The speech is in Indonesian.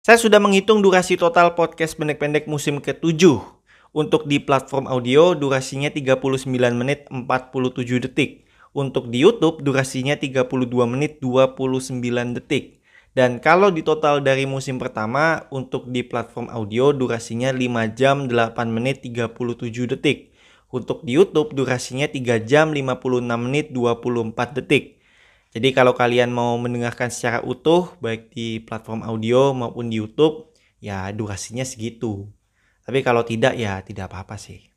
Saya sudah menghitung durasi total podcast pendek-pendek musim ke-7. Untuk di platform audio, durasinya 39 menit 47 detik. Untuk di YouTube, durasinya 32 menit 29 detik. Dan kalau di total dari musim pertama, untuk di platform audio, durasinya 5 jam 8 menit 37 detik. Untuk di YouTube, durasinya 3 jam 56 menit 24 detik. Jadi kalau kalian mau mendengarkan secara utuh baik di platform audio maupun di YouTube, ya durasinya segitu. Tapi kalau tidak ya tidak apa-apa sih.